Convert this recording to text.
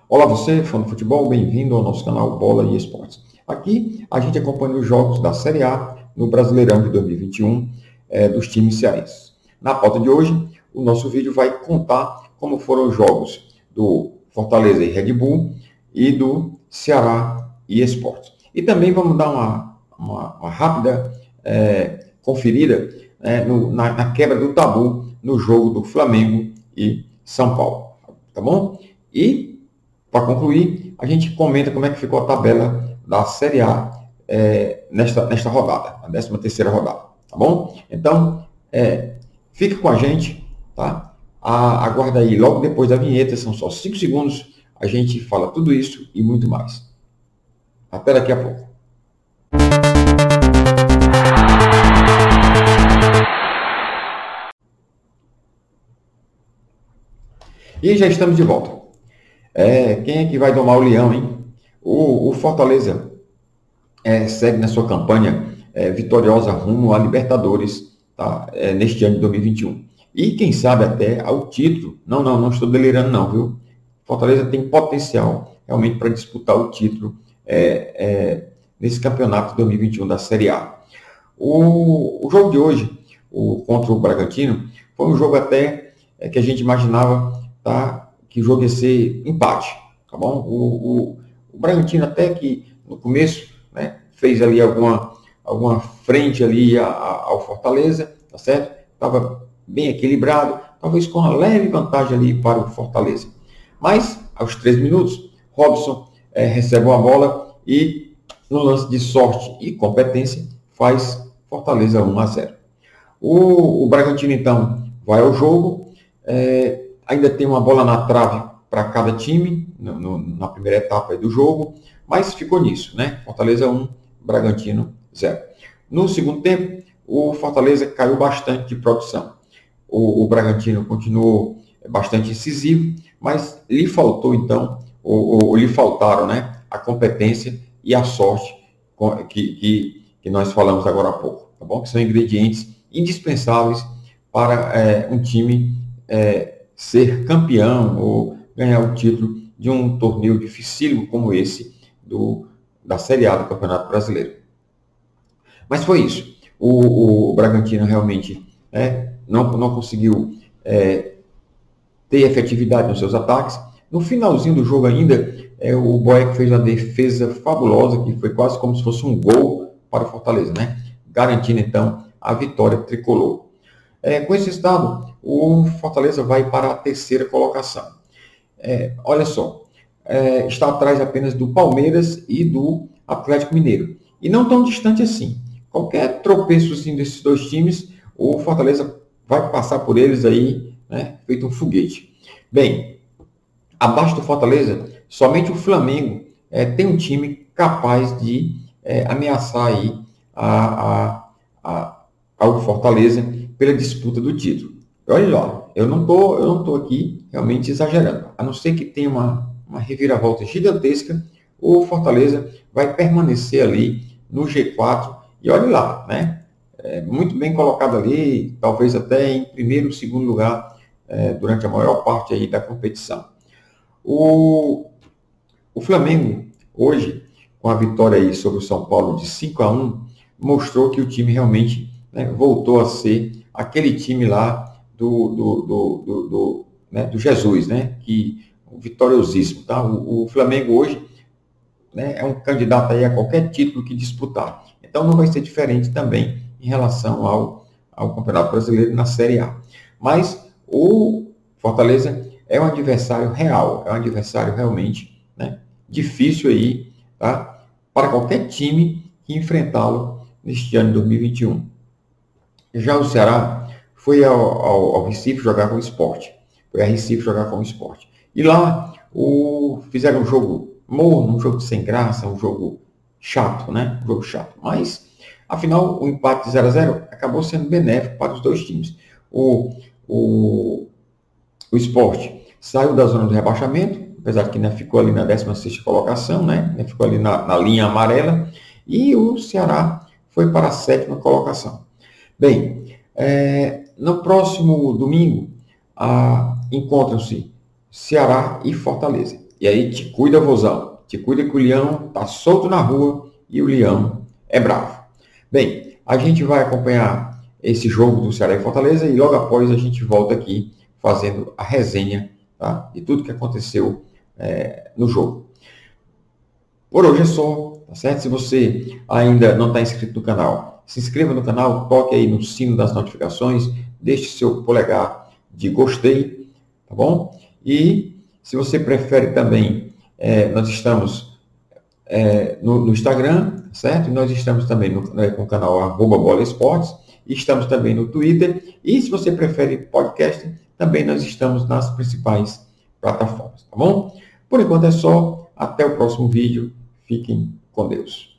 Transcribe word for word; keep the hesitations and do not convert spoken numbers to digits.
Olá você, fã do futebol, bem-vindo ao nosso canal Bola e Esportes. Aqui a gente acompanha os jogos da Série A no Brasileirão de dois mil e vinte e um é, dos times cearenses. Na pauta de hoje, o nosso vídeo vai contar como foram os jogos do Fortaleza e Red Bull e do Ceará e Esportes. E também vamos dar uma, uma, uma rápida é, conferida é, no, na, na quebra do tabu no jogo do Flamengo e São Paulo. Tá bom? E para concluir, a gente comenta como é que ficou a tabela da Série A é, nesta, nesta rodada, a décima terceira rodada, tá bom? Então, é, fique com a gente, tá? A, aguarda aí, logo depois da vinheta, são só cinco segundos, a gente fala tudo isso e muito mais. Até daqui a pouco. E já estamos de volta. É, quem é que vai domar o leão, hein? O, o Fortaleza é, segue na sua campanha é, vitoriosa rumo à Libertadores, tá? É, neste ano de dois mil e vinte e um. E quem sabe até ao título. Não, não, não estou delirando não, viu? Fortaleza tem potencial realmente para disputar o título é, é, nesse campeonato de dois mil e vinte e um da Série A. O, o jogo de hoje, o, contra o Bragantino, foi um jogo até é, que a gente imaginava, tá, que o jogo ia ser empate, tá bom? O, o, o Bragantino até que no começo, né, fez ali alguma, alguma frente ali a, a, ao Fortaleza, tá certo? Estava bem equilibrado, talvez com uma leve vantagem ali para o Fortaleza. Mas, aos três minutos, Robson é, recebe uma bola e, no lance de sorte e competência, faz Fortaleza um a zero. O, o Bragantino, então, vai ao jogo, é, ainda tem uma bola na trave para cada time, no, no, na primeira etapa do jogo, mas ficou nisso, né? Fortaleza um, Bragantino zero. No segundo tempo, o Fortaleza caiu bastante de produção. O, o Bragantino continuou bastante incisivo, mas lhe faltou, então, ou, ou lhe faltaram, né, a competência e a sorte que, que, que nós falamos agora há pouco, tá bom? Que são ingredientes indispensáveis para é, um time é, ser campeão ou ganhar o título de um torneio dificílimo como esse do, da Série A do Campeonato Brasileiro. Mas foi isso. O, o Bragantino realmente é, não, não conseguiu é, ter efetividade nos seus ataques. No finalzinho do jogo ainda, é, o Boeck fez uma defesa fabulosa, que foi quase como se fosse um gol para o Fortaleza, né? Garantindo, então, a vitória tricolor. É, com esse resultado, o Fortaleza vai para a terceira colocação. É, olha só, é, está atrás apenas do Palmeiras e do Atlético Mineiro. E não tão distante assim. Qualquer tropeço assim, desses dois times, o Fortaleza vai passar por eles aí, né, feito um foguete. Bem, abaixo do Fortaleza, somente o Flamengo é, tem um time capaz de é, ameaçar aí a, a, a, ao Fortaleza pela disputa do título. Olha lá, eu não tô, eu não tô aqui realmente exagerando. A não ser que tenha uma, uma reviravolta gigantesca, o Fortaleza vai permanecer ali no G quatro e olha lá, né? É, muito bem colocado ali, talvez até em primeiro ou segundo lugar é, durante a maior parte aí da competição. O, o Flamengo, hoje, com a vitória aí sobre o São Paulo de cinco a um, mostrou que o time realmente, né, voltou a ser aquele time lá do, do, do, do, do, né, do Jesus, né, que, o vitoriosíssimo. Tá? O, o Flamengo hoje, né, é um candidato aí a qualquer título que disputar. Então não vai ser diferente também em relação ao, ao Campeonato Brasileiro na Série A. Mas o Fortaleza é um adversário real, é um adversário realmente, né, difícil aí, tá, para qualquer time que enfrentá-lo neste ano de dois mil e vinte e um. Já o Ceará foi ao, ao, ao Recife jogar com o Sport. Foi a Recife jogar com o Sport. E lá o, fizeram um jogo morno, um jogo sem graça, um jogo chato, né? Um jogo chato. Mas, afinal, o empate de zero a zero acabou sendo benéfico para os dois times. O, o, o Sport saiu da zona do rebaixamento, apesar que ainda ficou ali na décima sexta colocação, né? Ainda ficou ali na, na linha amarela. E o Ceará foi para a sétima colocação. Bem, é, no próximo domingo ah, encontram-se Ceará e Fortaleza. E aí, te cuida, vozão. Te cuida que o leão tá solto na rua e o leão é bravo. Bem, a gente vai acompanhar esse jogo do Ceará e Fortaleza e logo após a gente volta aqui fazendo a resenha, tá, de tudo que aconteceu é, no jogo. Por hoje é só, tá certo? Se você ainda não está inscrito no canal, se inscreva no canal, toque aí no sino das notificações, deixe seu polegar de gostei, tá bom? E se você prefere também, é, nós estamos é, no, no Instagram, certo? E nós estamos também no, né, com o canal arroba Bola Esportes, e estamos também no Twitter, e se você prefere podcast, também nós estamos nas principais plataformas, tá bom? Por enquanto é só, até o próximo vídeo, fiquem com Deus.